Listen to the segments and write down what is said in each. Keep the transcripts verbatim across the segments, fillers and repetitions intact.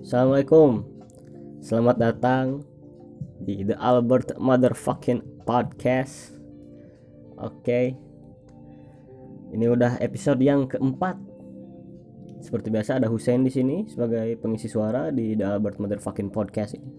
Assalamualaikum. Selamat datang di The Albert Motherfucking Podcast. Oke. Ini udah episode yang keempat. Seperti biasa ada Hussein di sini sebagai pengisi suara di The Albert Motherfucking Podcast ini.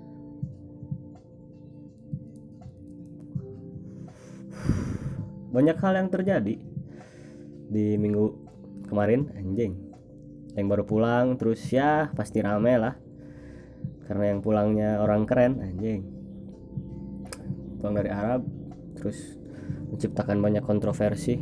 Banyak hal yang terjadi di minggu kemarin, anjing. Yang baru pulang terus ya pasti rame lah. Karena yang pulangnya orang keren, anjing. Pulang dari Arab terus menciptakan banyak kontroversi.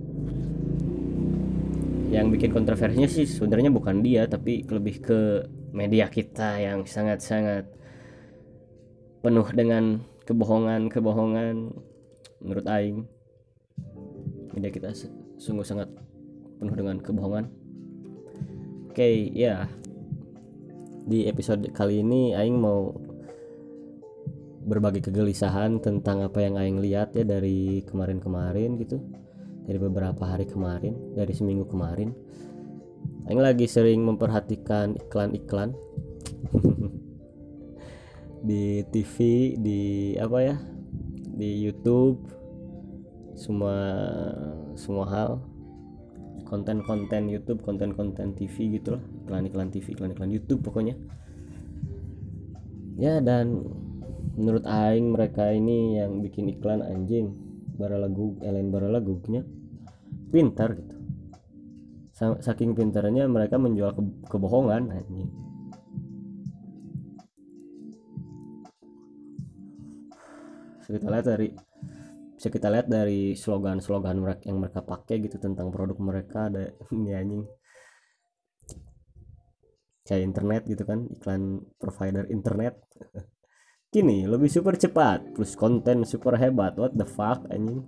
Yang bikin kontroversinya sih sebenarnya bukan dia, tapi lebih ke media kita yang sangat-sangat penuh dengan kebohongan-kebohongan. Menurut aing, media kita sungguh sangat penuh dengan kebohongan. Oke, ya. Di episode kali ini aing mau berbagi kegelisahan tentang apa yang aing lihat ya dari kemarin-kemarin gitu. Dari beberapa hari kemarin, dari seminggu kemarin. Aing lagi sering memperhatikan iklan-iklan di T V, di apa ya, di YouTube, semua semua hal, konten-konten YouTube, konten-konten T V gitulah, iklan-iklan T V, iklan-iklan YouTube pokoknya. Ya, dan menurut aing mereka ini yang bikin iklan anjing, bara lagu, elen bara lagunya pintar gitu. Saking pintarnya mereka menjual ke- kebohongan anjing. Bisa kita lihat dari bisa kita lihat dari slogan-slogan mereka yang mereka pakai gitu tentang produk mereka. Ada ini anjing, kayak internet gitu kan, iklan provider internet. Kini lebih super cepat plus konten super hebat. What the fuck anjing.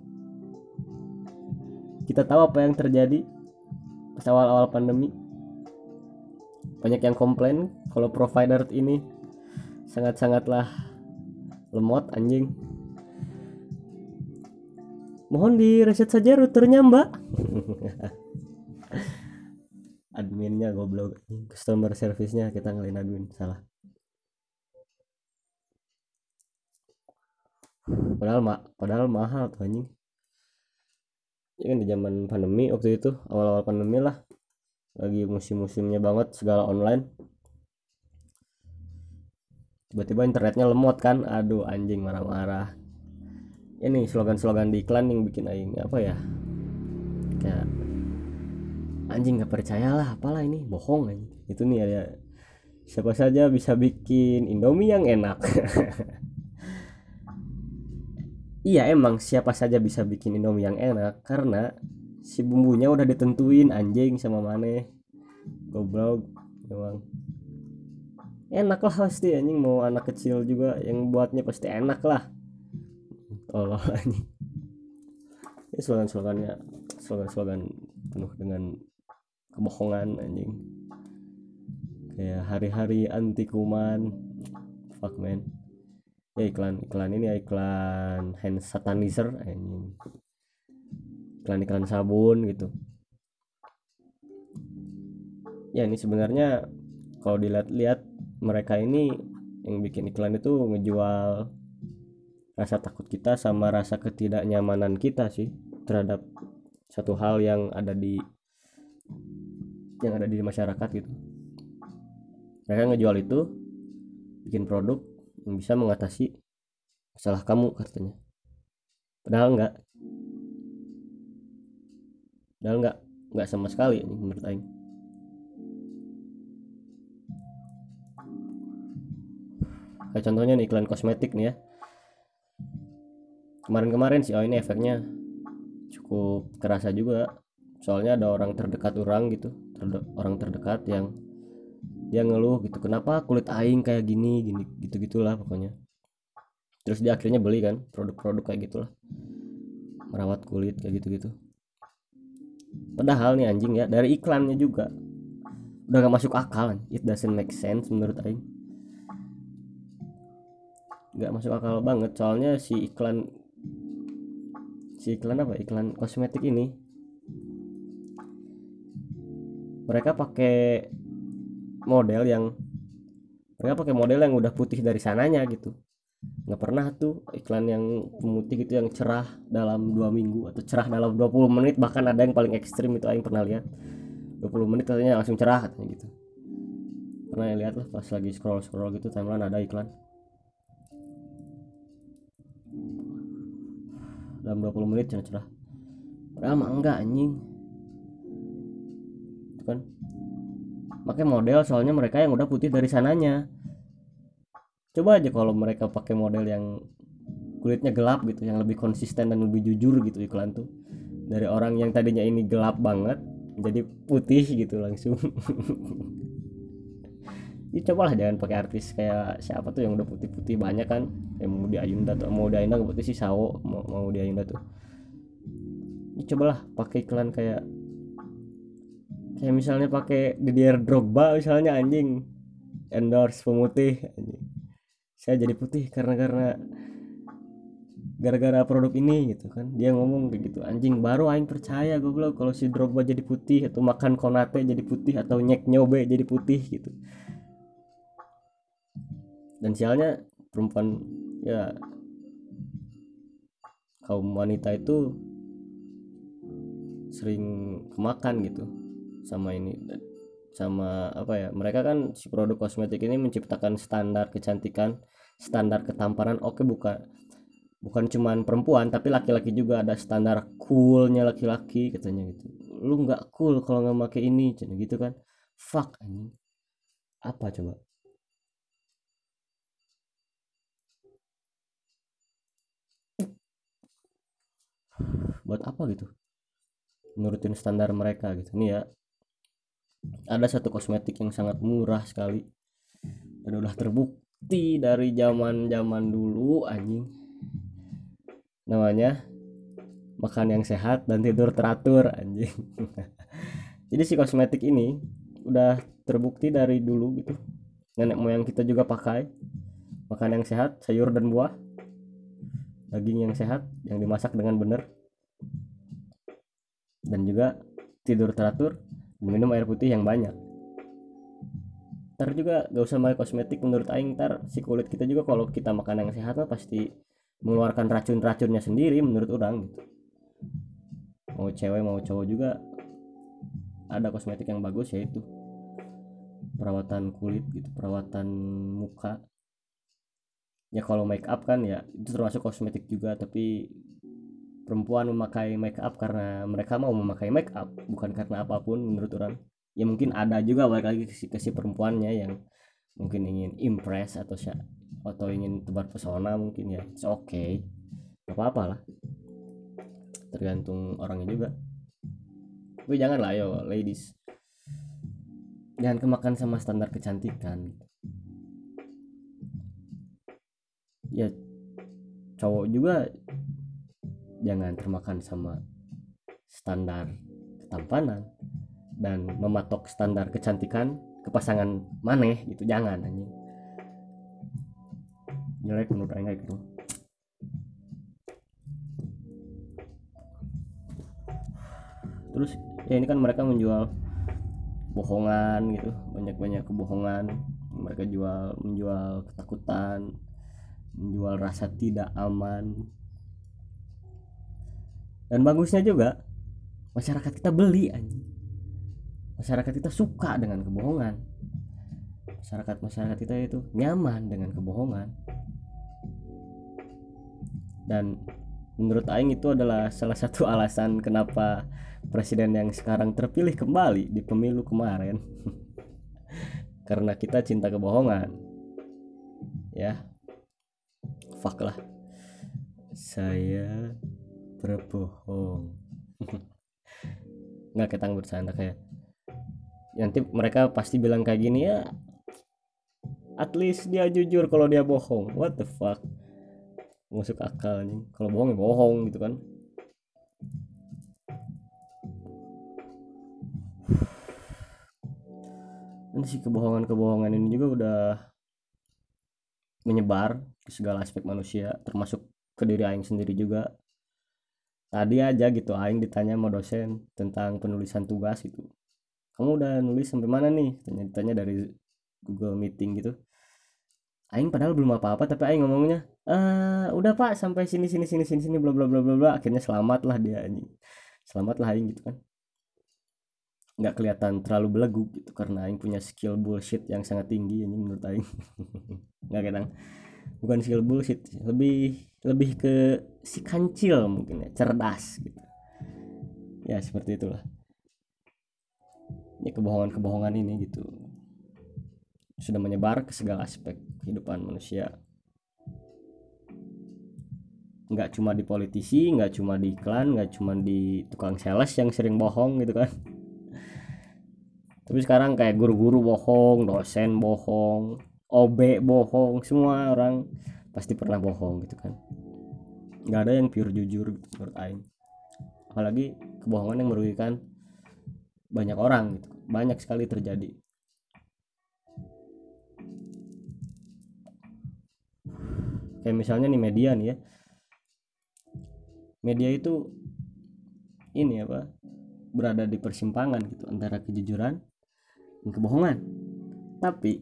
Kita tahu apa yang terjadi pas awal-awal pandemi. Banyak yang komplain kalau provider ini sangat-sangatlah lemot anjing. Mohon di reset saja routernya mbak. Adminnya goblok, customer service-nya kita ngelain admin, salah. Padahal mak padahal mahal tuh anjing. Ya kan di zaman pandemi waktu itu, awal-awal pandemi lah, lagi musim-musimnya banget segala online. Tiba-tiba internetnya lemot kan, aduh anjing marah-marah. Ini slogan-slogan di iklan yang bikin aing apa ya, kayak anjing gak percaya lah, apalah ini bohong anjing. Itu nih ada siapa saja bisa bikin Indomie yang enak. Iya emang siapa saja bisa bikin Indomie yang enak karena si bumbunya udah ditentuin anjing sama maneh. Goblok memang. Enak lah pasti anjing, mau anak kecil juga yang buatnya pasti enak lah. Tolol anjing. Ini slogan-slogannya slogan-slogan penuh dengan kebohongan anjing. Kayak hari-hari anti kuman. Fuck man. Ya iklan iklan ini ya, iklan hand sanitizer anjing. Iklan-iklan sabun gitu. Ya ini sebenarnya kalau dilihat-lihat mereka ini yang bikin iklan itu ngejual rasa takut kita sama rasa ketidaknyamanan kita sih terhadap satu hal yang ada di yang ada di masyarakat gitu. Mereka ngejual itu, bikin produk yang bisa mengatasi masalah kamu katanya. Padahal enggak, padahal enggak, enggak sama sekali ini menurut aing. Kayak contohnya nih iklan kosmetik nih ya. Kemarin-kemarin sih, oh ini efeknya cukup kerasa juga. Soalnya ada orang terdekat orang gitu, terde- orang terdekat yang dia ngeluh gitu, kenapa kulit aing kayak gini, gini gitu gitulah pokoknya. Terus dia akhirnya beli kan produk-produk kayak gitulah, merawat kulit kayak gitu-gitu. Padahal nih anjing ya, dari iklannya juga udah gak masuk akal. It doesn't make sense menurut aing. Gak masuk akal banget, soalnya si iklan si iklan apa, iklan kosmetik ini mereka pakai model yang Mereka pakai model yang udah putih dari sananya gitu. Nggak pernah tuh iklan yang pemutih gitu yang cerah dalam dua minggu atau cerah dalam dua puluh menit, bahkan ada yang paling ekstrim itu aing pernah lihat dua puluh menit katanya langsung cerah katanya gitu. Pernah lihat lah pas lagi scroll scroll gitu timeline ada iklan dalam dua puluh menit cerah cerah, padahal mah enggak anjing itu kan pakai model soalnya mereka yang udah putih dari sananya. Coba aja kalau mereka pakai model yang kulitnya gelap gitu, yang lebih konsisten dan lebih jujur gitu iklan tuh, dari orang yang tadinya ini gelap banget jadi putih gitu langsung. Ya cobalah jangan pakai artis kayak siapa tuh yang udah putih-putih banyak kan, yang mau di Ayunda tuh, mau di Ayunda nggak putih sih Sawo, mau mau di Ayunda tuh. Ya cobalah pakai iklan kayak kayak misalnya pakai Didier Drogba misalnya anjing, endorse pemutih anjing. Saya jadi putih karena karena gara-gara produk ini gitu kan, dia ngomong kayak gitu anjing, baru aing percaya goblok kalau si Drogba jadi putih atau makan Konate jadi putih atau nyek nyobe jadi putih gitu. Dan sialnya perempuan ya, kaum wanita itu sering kemakan gitu sama ini, sama apa ya, mereka kan si produk kosmetik ini menciptakan standar kecantikan, standar ketampanan. Oke, bukan bukan cuman perempuan tapi laki-laki juga ada standar coolnya laki-laki katanya gitu. Lu nggak cool kalau nggak pakai ini cina gitu kan. Fuck anjing, apa coba buat apa gitu nurutin standar mereka gitu. Nih ya, ada satu kosmetik yang sangat murah sekali dan udah terbukti dari zaman zaman dulu anjing, namanya makan yang sehat dan tidur teratur anjing. Jadi si kosmetik ini udah terbukti dari dulu gitu, nenek moyang kita juga pakai. Makan yang sehat, sayur dan buah, daging yang sehat yang dimasak dengan benar, dan juga tidur teratur dan minum air putih yang banyak. Ntar juga gak usah pakai kosmetik menurut aing, ntar si kulit kita juga kalau kita makan yang sehat mah pasti mengeluarkan racun-racunnya sendiri menurut orang gitu. Mau cewek mau cowok juga ada kosmetik yang bagus, yaitu perawatan kulit gitu, perawatan muka. Ya kalau make up kan ya itu termasuk kosmetik juga, tapi perempuan memakai make up karena mereka mau memakai make up, bukan karena apapun menurut orang. Ya mungkin ada juga balik lagi ke si, ke si perempuannya yang mungkin ingin impress atau atau ingin tebar pesona mungkin, ya oke okay. Gak apa-apa lah, tergantung orangnya juga. Tapi jangan lah yo ladies, jangan kemakan sama standar kecantikan. Ya cowok juga jangan termakan sama standar ketampanan dan mematok standar kecantikan ke pasangan maneh gitu, jangan anjing, jelek menurut aing gitu. Terus ya ini kan mereka menjual bohongan gitu, banyak-banyak kebohongan. Mereka jual menjual ketakutan, menjual rasa tidak aman. Dan bagusnya juga masyarakat kita beli anjing, masyarakat kita suka dengan kebohongan, masyarakat masyarakat kita itu nyaman dengan kebohongan. Dan menurut aing itu adalah salah satu alasan kenapa presiden yang sekarang terpilih kembali di pemilu kemarin. Karena kita cinta kebohongan ya. Fuck lah, saya berbohong. Nggak, ketang bercanda kayak nanti mereka pasti bilang kayak gini ya, at least dia jujur kalau dia bohong. What the fuck, masuk akal nih, kalau bohong ya bohong gitu kan. Dan si kebohongan-kebohongan ini juga udah menyebar ke segala aspek manusia, termasuk ke diri aing sendiri juga. Tadi aja gitu aing ditanya sama dosen tentang penulisan tugas gitu, kamu udah nulis sampai mana nih, tanya ditanya dari Google Meeting gitu. Aing padahal belum apa-apa tapi aing ngomongnya eh udah pak sampai sini sini sini sini sini bla bla bla bla bla, akhirnya selamat lah dia anjing, selamat lah aing gitu kan, nggak kelihatan terlalu belegu gitu karena aing punya skill bullshit yang sangat tinggi anjing menurut aing. Nggak kadang, bukan skill bullshit, lebih lebih ke si kancil mungkin ya, cerdas gitu ya, seperti itulah ini kebohongan-kebohongan ini gitu sudah menyebar ke segala aspek kehidupan manusia, nggak cuma di politisi, nggak cuma di iklan, nggak cuma di tukang sales yang sering bohong gitu kan, tapi sekarang kayak guru-guru bohong, dosen bohong, O B bohong, semua orang pasti pernah bohong gitu kan, nggak ada yang pure jujur gitu menurut aing, apalagi kebohongan yang merugikan banyak orang gitu, banyak sekali terjadi. Kayak misalnya nih media nih ya, media itu ini apa, berada di persimpangan gitu antara kejujuran dan kebohongan, tapi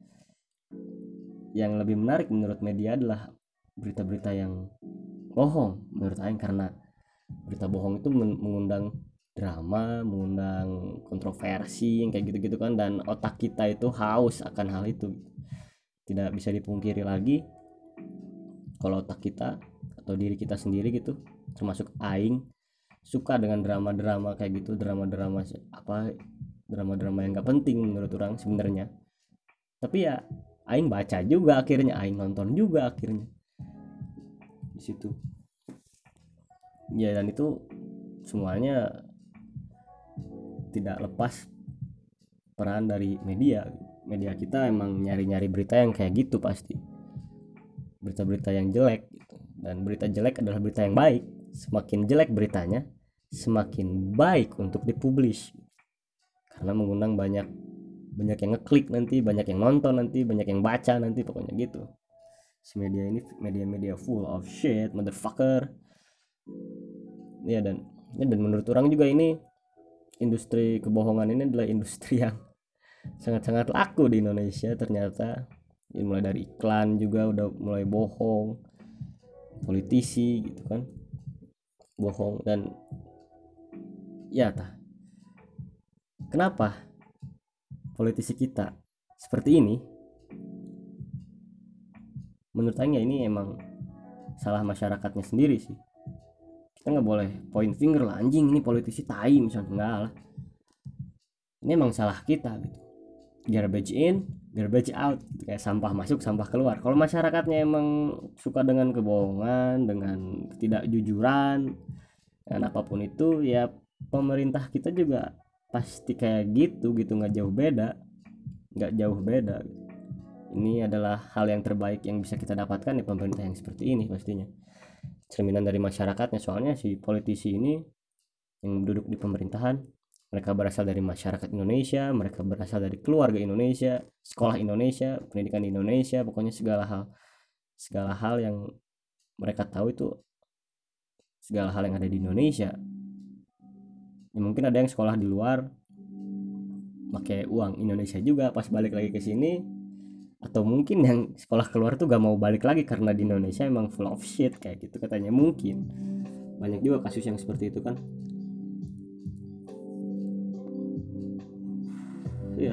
yang lebih menarik menurut media adalah berita-berita yang bohong menurut Aing, karena berita bohong itu mengundang drama, mengundang kontroversi yang kayak gitu-gitu kan, dan otak kita itu haus akan hal itu. Tidak bisa dipungkiri lagi kalau otak kita atau diri kita sendiri gitu, termasuk Aing, suka dengan drama-drama kayak gitu, drama-drama apa, drama-drama yang gak penting menurut orang sebenarnya, tapi ya Aing baca juga akhirnya, Aing nonton juga akhirnya di situ ya, dan itu semuanya tidak lepas peran dari media. Media kita emang nyari-nyari berita yang kayak gitu pasti, berita-berita yang jelek gitu. Dan berita jelek adalah berita yang baik, semakin jelek beritanya semakin baik untuk dipublish karena mengundang banyak banyak yang ngeklik nanti, banyak yang nonton nanti, banyak yang baca nanti, pokoknya gitu. Si media ini media-media full of shit motherfucker ya. Dan ya, dan menurut orang juga ini industri kebohongan ini adalah industri yang sangat-sangat laku di Indonesia ternyata ya, mulai dari iklan juga udah mulai bohong, politisi gitu kan bohong, dan ya tah kenapa politisi kita seperti ini, menurut saya ini emang salah masyarakatnya sendiri sih. Kita nggak boleh point finger lah, anjing ini politisi tai misalnya, enggak lah, ini emang salah kita gitu. Garbage in garbage out gitu. Kayak sampah masuk sampah keluar. Kalau masyarakatnya emang suka dengan kebohongan, dengan ketidakjujuran dan apapun itu ya, pemerintah kita juga pasti kayak gitu gitu, nggak jauh beda, nggak jauh beda. Ini adalah hal yang terbaik yang bisa kita dapatkan di pemerintah yang seperti ini pastinya, cerminan dari masyarakatnya. Soalnya si politisi ini yang duduk di pemerintahan, mereka berasal dari masyarakat Indonesia, mereka berasal dari keluarga Indonesia, sekolah Indonesia, pendidikan di Indonesia, pokoknya segala hal segala hal yang mereka tahu itu segala hal yang ada di Indonesia ya. Mungkin ada yang sekolah di luar pakai uang Indonesia juga pas balik lagi ke sini, atau mungkin yang sekolah keluar tuh gak mau balik lagi karena di Indonesia emang full of shit kayak gitu katanya. Mungkin banyak juga kasus yang seperti itu kan. Iya.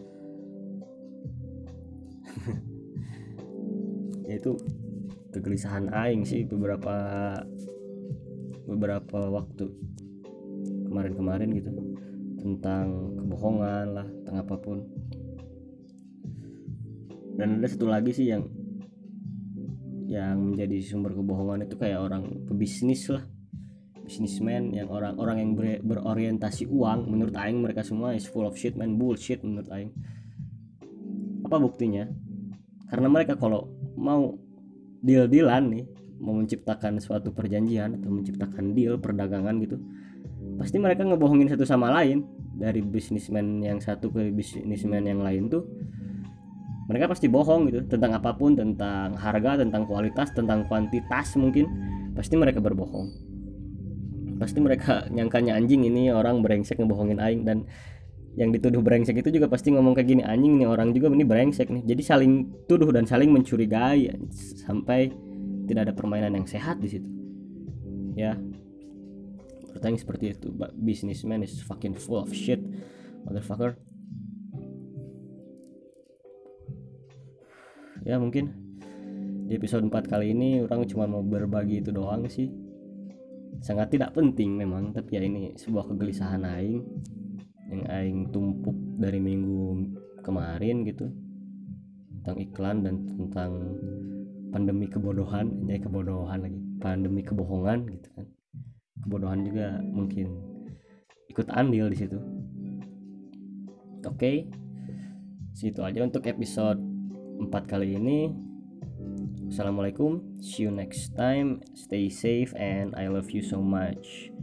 Ya itu kegelisahan aing sih beberapa beberapa waktu kemarin-kemarin gitu, tentang kebohongan lah, tentang apapun. Dan ada satu lagi sih yang yang menjadi sumber kebohongan itu kayak orang pebisnis lah, businessman, yang orang-orang yang ber, berorientasi uang. Menurut aing mereka semua is full of shit man, bullshit menurut aing. Apa buktinya? Karena mereka kalau mau deal-dealan nih, mau menciptakan suatu perjanjian atau menciptakan deal perdagangan gitu, pasti mereka ngebohongin satu sama lain. Dari bisnismen yang satu ke bisnismen yang lain tuh mereka pasti bohong gitu, tentang apapun, tentang harga, tentang kualitas, tentang kuantitas, mungkin pasti mereka berbohong. Pasti mereka nyangkanya anjing ini orang brengsek ngebohongin aing. Dan yang dituduh brengsek itu juga pasti ngomong kayak gini, anjing nih orang juga ini brengsek nih. Jadi saling tuduh dan saling mencurigai sampai tidak ada permainan yang sehat di situ. Ya, pertanyaan seperti itu. But businessman is fucking full of shit, motherfucker. Ya mungkin di episode empat kali ini orang cuma mau berbagi itu doang sih. Sangat tidak penting memang, tapi ya ini sebuah kegelisahan aing yang aing tumpuk dari minggu kemarin gitu, tentang iklan dan tentang pandemi kebodohan, ya kebodohan lagi, pandemi kebohongan gitu kan. Kebodohan juga mungkin ikut andil di situ. Oke, okay. Situ aja untuk episode empat kali ini. Assalamualaikum, see you next time, stay safe and I love you so much.